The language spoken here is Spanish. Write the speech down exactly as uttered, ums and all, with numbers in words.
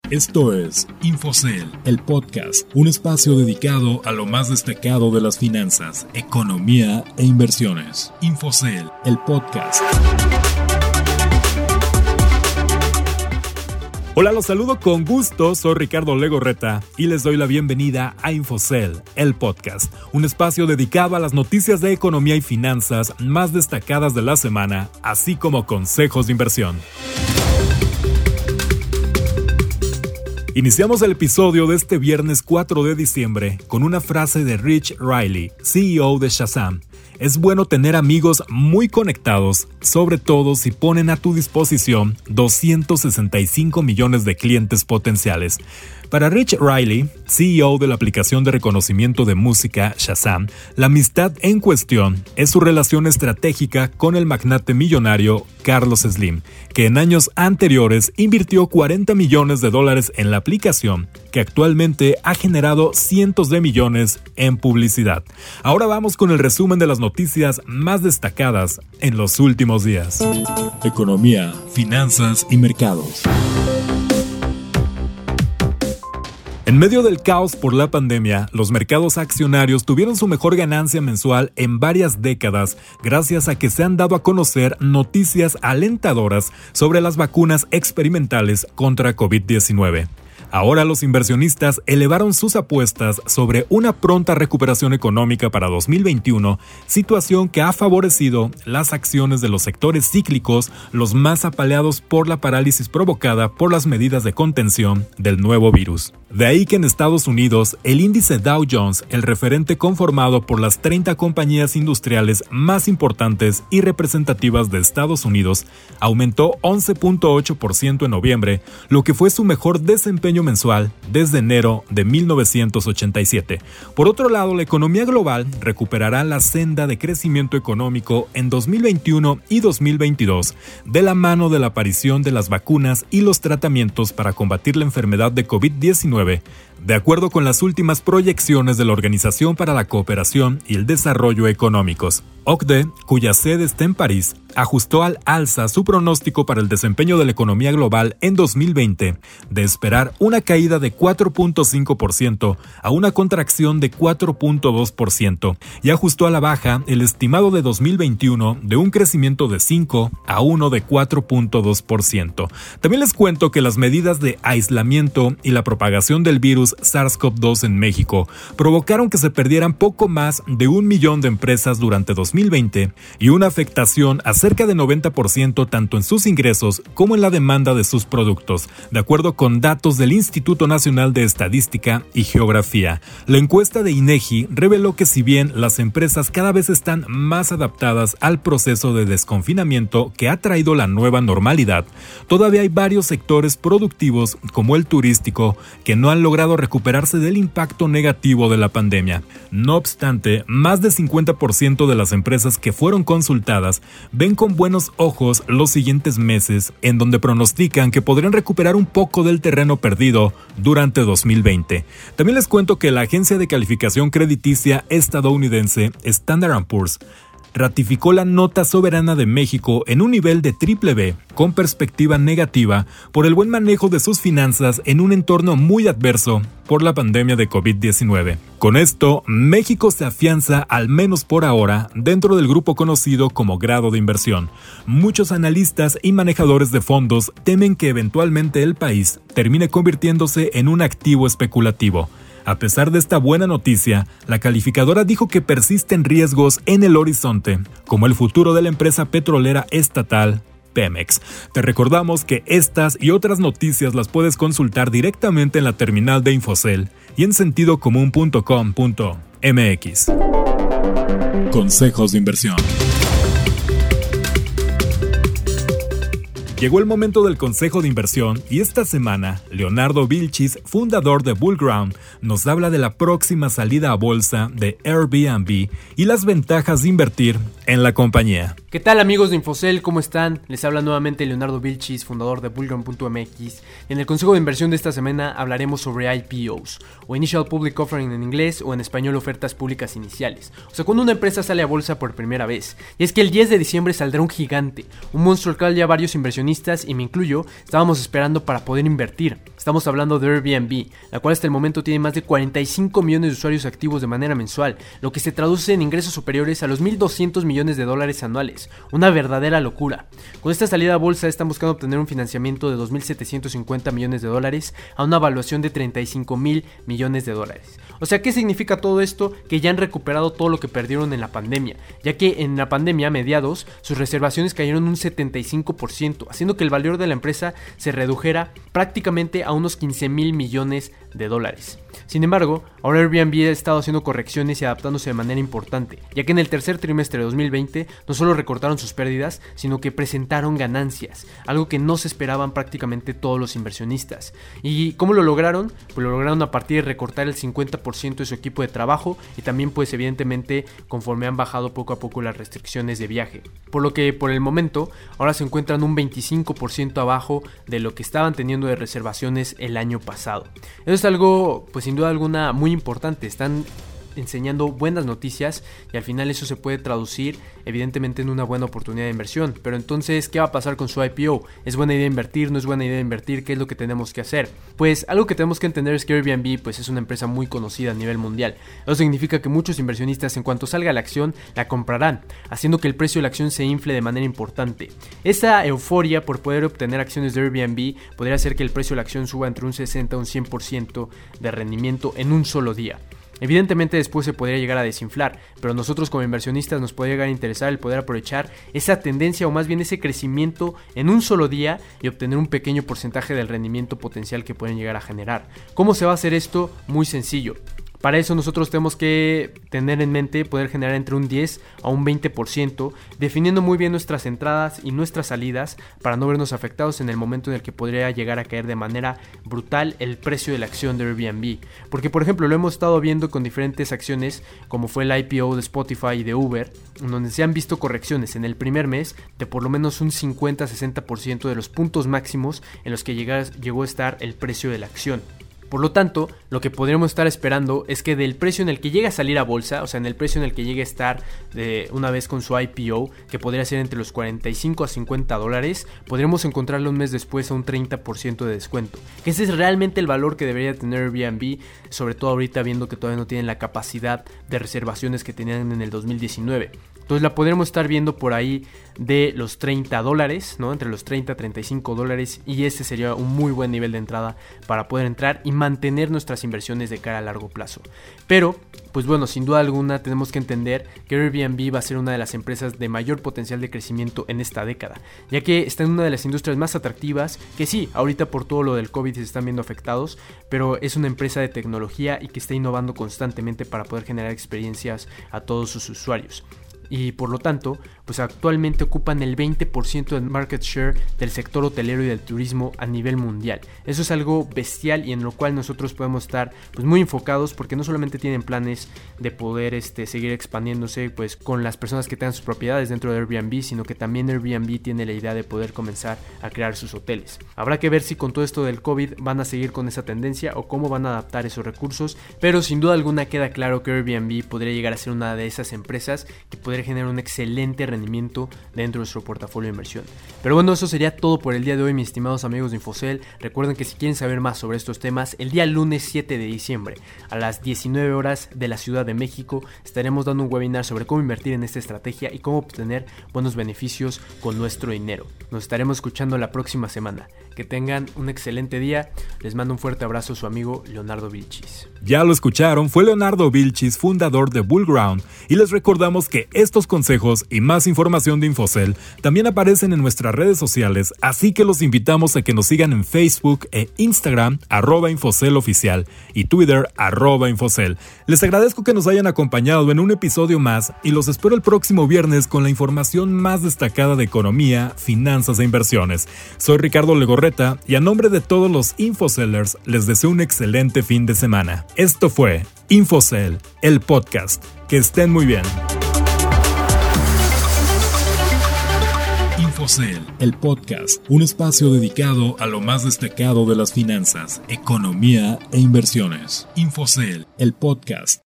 Esto es InfoCell, el podcast, un espacio dedicado a lo más destacado de las finanzas, economía e inversiones. InfoCell, el podcast. Hola, los saludo con gusto, soy Ricardo Legorreta y les doy la bienvenida a InfoCell, el podcast, un espacio dedicado a las noticias de economía y finanzas más destacadas de la semana, así como consejos de inversión. Iniciamos el episodio de este viernes cuatro de diciembre con una frase de Rich Riley, C E O de Shazam. Es bueno tener amigos muy conectados, sobre todo si ponen a tu disposición doscientos sesenta y cinco millones de clientes potenciales. Para Rich Riley, C E O de la aplicación de reconocimiento de música Shazam, la amistad en cuestión es su relación estratégica con el magnate millonario Carlos Slim, que en años anteriores invirtió cuarenta millones de dólares en la aplicación, que actualmente ha generado cientos de millones en publicidad. Ahora vamos con el resumen de las noticias más destacadas en los últimos días. Economía, finanzas y mercados. En medio del caos por la pandemia, los mercados accionarios tuvieron su mejor ganancia mensual en varias décadas gracias a que se han dado a conocer noticias alentadoras sobre las vacunas experimentales contra COVID diecinueve. Ahora los inversionistas elevaron sus apuestas sobre una pronta recuperación económica para dos mil veintiuno, situación que ha favorecido las acciones de los sectores cíclicos, los más apaleados por la parálisis provocada por las medidas de contención del nuevo virus. De ahí que en Estados Unidos, el índice Dow Jones, el referente conformado por las treinta compañías industriales más importantes y representativas de Estados Unidos, aumentó once punto ocho por ciento en noviembre, lo que fue su mejor desempeño mensual desde enero de mil novecientos ochenta y siete. Por otro lado, la economía global recuperará la senda de crecimiento económico en dos mil veintiuno y dos mil veintidós de la mano de la aparición de las vacunas y los tratamientos para combatir la enfermedad de COVID diecinueve, de acuerdo con las últimas proyecciones de la Organización para la Cooperación y el Desarrollo Económicos. O C D E, cuya sede está en París, ajustó al alza su pronóstico para el desempeño de la economía global en dos mil veinte, de esperar una caída de cuatro punto cinco por ciento a una contracción de cuatro punto dos por ciento, y ajustó a la baja el estimado de dos mil veintiuno de un crecimiento de cinco a uno de cuatro punto dos por ciento. También les cuento que las medidas de aislamiento y la propagación del virus SARS-CoV dos en México provocaron que se perdieran poco más de un millón de empresas durante dos mil veinte y una afectación a cerca de noventa por ciento tanto en sus ingresos como en la demanda de sus productos, de acuerdo con datos del Instituto Nacional de Estadística y Geografía. La encuesta de INEGI reveló que si bien las empresas cada vez están más adaptadas al proceso de desconfinamiento que ha traído la nueva normalidad, todavía hay varios sectores productivos como el turístico que no han logrado recuperarse del impacto negativo de la pandemia. No obstante, más del cincuenta por ciento de las empresas que fueron consultadas ven con buenos ojos los siguientes meses, en donde pronostican que podrían recuperar un poco del terreno perdido durante dos mil veinte. También les cuento que la agencia de calificación crediticia estadounidense Standard and Poor's ratificó la nota soberana de México en un nivel de triple B, con perspectiva negativa por el buen manejo de sus finanzas en un entorno muy adverso por la pandemia de COVID diecinueve. Con esto, México se afianza, al menos por ahora, dentro del grupo conocido como grado de inversión. Muchos analistas y manejadores de fondos temen que eventualmente el país termine convirtiéndose en un activo especulativo. A pesar de esta buena noticia, la calificadora dijo que persisten riesgos en el horizonte, como el futuro de la empresa petrolera estatal Pemex. Te recordamos que estas y otras noticias las puedes consultar directamente en la terminal de InfoCell y en sentido común punto com punto m x. Consejos de inversión. Llegó el momento del consejo de inversión y esta semana, Leonardo Vilchis, fundador de Bullground, nos habla de la próxima salida a bolsa de Airbnb y las ventajas de invertir en la compañía. ¿Qué tal, amigos de InfoCell? ¿Cómo están? Les habla nuevamente Leonardo Vilchis, fundador de Bullground punto m x. En el consejo de inversión de esta semana hablaremos sobre I P Os, o Initial Public Offering en inglés, o en español ofertas públicas iniciales. O sea, cuando una empresa sale a bolsa por primera vez. Y es que el diez de diciembre saldrá un gigante, un monstruo al cual ya varios inversionistas inversionistas, y me incluyo, estábamos esperando para poder invertir. Estamos hablando de Airbnb, la cual hasta el momento tiene más de cuarenta y cinco millones de usuarios activos de manera mensual, lo que se traduce en ingresos superiores a los mil doscientos millones de dólares anuales. Una verdadera locura. Con esta salida a bolsa están buscando obtener un financiamiento de dos mil setecientos cincuenta millones de dólares a una evaluación de treinta y cinco mil millones de dólares. O sea, ¿qué significa todo esto? Que ya han recuperado todo lo que perdieron en la pandemia, ya que en la pandemia, a mediados, sus reservaciones cayeron un setenta y cinco por ciento, haciendo que el valor de la empresa se redujera prácticamente a unos quince mil millones de dólares. Sin embargo, ahora Airbnb ha estado haciendo correcciones y adaptándose de manera importante, ya que en el tercer trimestre de dos mil veinte no solo recortaron sus pérdidas, sino que presentaron ganancias, algo que no se esperaban prácticamente todos los inversionistas. ¿Y cómo lo lograron? Pues lo lograron a partir de recortar el cincuenta por ciento de su equipo de trabajo y también pues evidentemente conforme han bajado poco a poco las restricciones de viaje. Por lo que por el momento ahora se encuentran un veinticinco por ciento abajo de lo que estaban teniendo de reservaciones el año pasado. Eso es algo pues sin duda alguna muy importante. Están enseñando buenas noticias y al final eso se puede traducir evidentemente en una buena oportunidad de inversión. Pero entonces, ¿qué va a pasar con su I P O? ¿Es buena idea invertir? ¿No es buena idea invertir? ¿Qué es lo que tenemos que hacer? Pues algo que tenemos que entender es que Airbnb pues es una empresa muy conocida a nivel mundial. Eso significa que muchos inversionistas en cuanto salga la acción la comprarán, haciendo que el precio de la acción se infle de manera importante. Esa euforia por poder obtener acciones de Airbnb podría hacer que el precio de la acción suba entre un sesenta a un cien por ciento de rendimiento en un solo día. Evidentemente después se podría llegar a desinflar, pero nosotros como inversionistas nos podría llegar a interesar el poder aprovechar esa tendencia o más bien ese crecimiento en un solo día y obtener un pequeño porcentaje del rendimiento potencial que pueden llegar a generar. ¿Cómo se va a hacer esto? Muy sencillo. Para eso nosotros tenemos que tener en mente poder generar entre un diez a un veinte por ciento, definiendo muy bien nuestras entradas y nuestras salidas para no vernos afectados en el momento en el que podría llegar a caer de manera brutal el precio de la acción de Airbnb. Porque por ejemplo lo hemos estado viendo con diferentes acciones como fue el I P O de Spotify y de Uber, donde se han visto correcciones en el primer mes de por lo menos un cincuenta a sesenta por ciento de los puntos máximos en los que llega, llegó a estar el precio de la acción. Por lo tanto, lo que podríamos estar esperando es que del precio en el que llegue a salir a bolsa, o sea, en el precio en el que llegue a estar de una vez con su I P O, que podría ser entre los cuarenta y cinco a cincuenta dólares, podríamos encontrarlo un mes después a un treinta por ciento de descuento. Que ese es realmente el valor que debería tener Airbnb, sobre todo ahorita viendo que todavía no tienen la capacidad de reservaciones que tenían en el dos mil diecinueve. Entonces la podremos estar viendo por ahí de los treinta dólares, ¿no? Entre los treinta a treinta y cinco dólares, y este sería un muy buen nivel de entrada para poder entrar y mantener nuestras inversiones de cara a largo plazo. Pero, pues bueno, sin duda alguna tenemos que entender que Airbnb va a ser una de las empresas de mayor potencial de crecimiento en esta década, ya que está en una de las industrias más atractivas, que sí, ahorita por todo lo del COVID se están viendo afectados, pero es una empresa de tecnología y que está innovando constantemente para poder generar experiencias a todos sus usuarios. Y por lo tanto, pues actualmente ocupan el veinte por ciento del market share del sector hotelero y del turismo a nivel mundial. Eso es algo bestial y en lo cual nosotros podemos estar pues muy enfocados, porque no solamente tienen planes de poder este, seguir expandiéndose pues con las personas que tengan sus propiedades dentro de Airbnb, sino que también Airbnb tiene la idea de poder comenzar a crear sus hoteles. Habrá que ver si con todo esto del COVID van a seguir con esa tendencia o cómo van a adaptar esos recursos, pero sin duda alguna queda claro que Airbnb podría llegar a ser una de esas empresas que podría generar un excelente rendimiento dentro de nuestro portafolio de inversión. Pero bueno, eso sería todo por el día de hoy, mis estimados amigos de Infocel. Recuerden que si quieren saber más sobre estos temas, el día lunes siete de diciembre a las diecinueve horas de la Ciudad de México estaremos dando un webinar sobre cómo invertir en esta estrategia y cómo obtener buenos beneficios con nuestro dinero. Nos estaremos escuchando la próxima semana. Que tengan un excelente día. Les mando un fuerte abrazo, su amigo Leonardo Vilchis. Ya lo escucharon, fue Leonardo Vilchis, fundador de Bullground, y les recordamos que estos consejos y más información de Infocel también aparecen en nuestras redes sociales, así que los invitamos a que nos sigan en Facebook e Instagram, arroba Infocel Oficial, y Twitter, arroba Infocel. Les agradezco que nos hayan acompañado en un episodio más y los espero el próximo viernes con la información más destacada de economía, finanzas e inversiones. Soy Ricardo Legorreta y a nombre de todos los Infocellers les deseo un excelente fin de semana. Esto fue Infocel, el podcast. Que estén muy bien. Infocel, el podcast, un espacio dedicado a lo más destacado de las finanzas, economía e inversiones. Infocel, el podcast.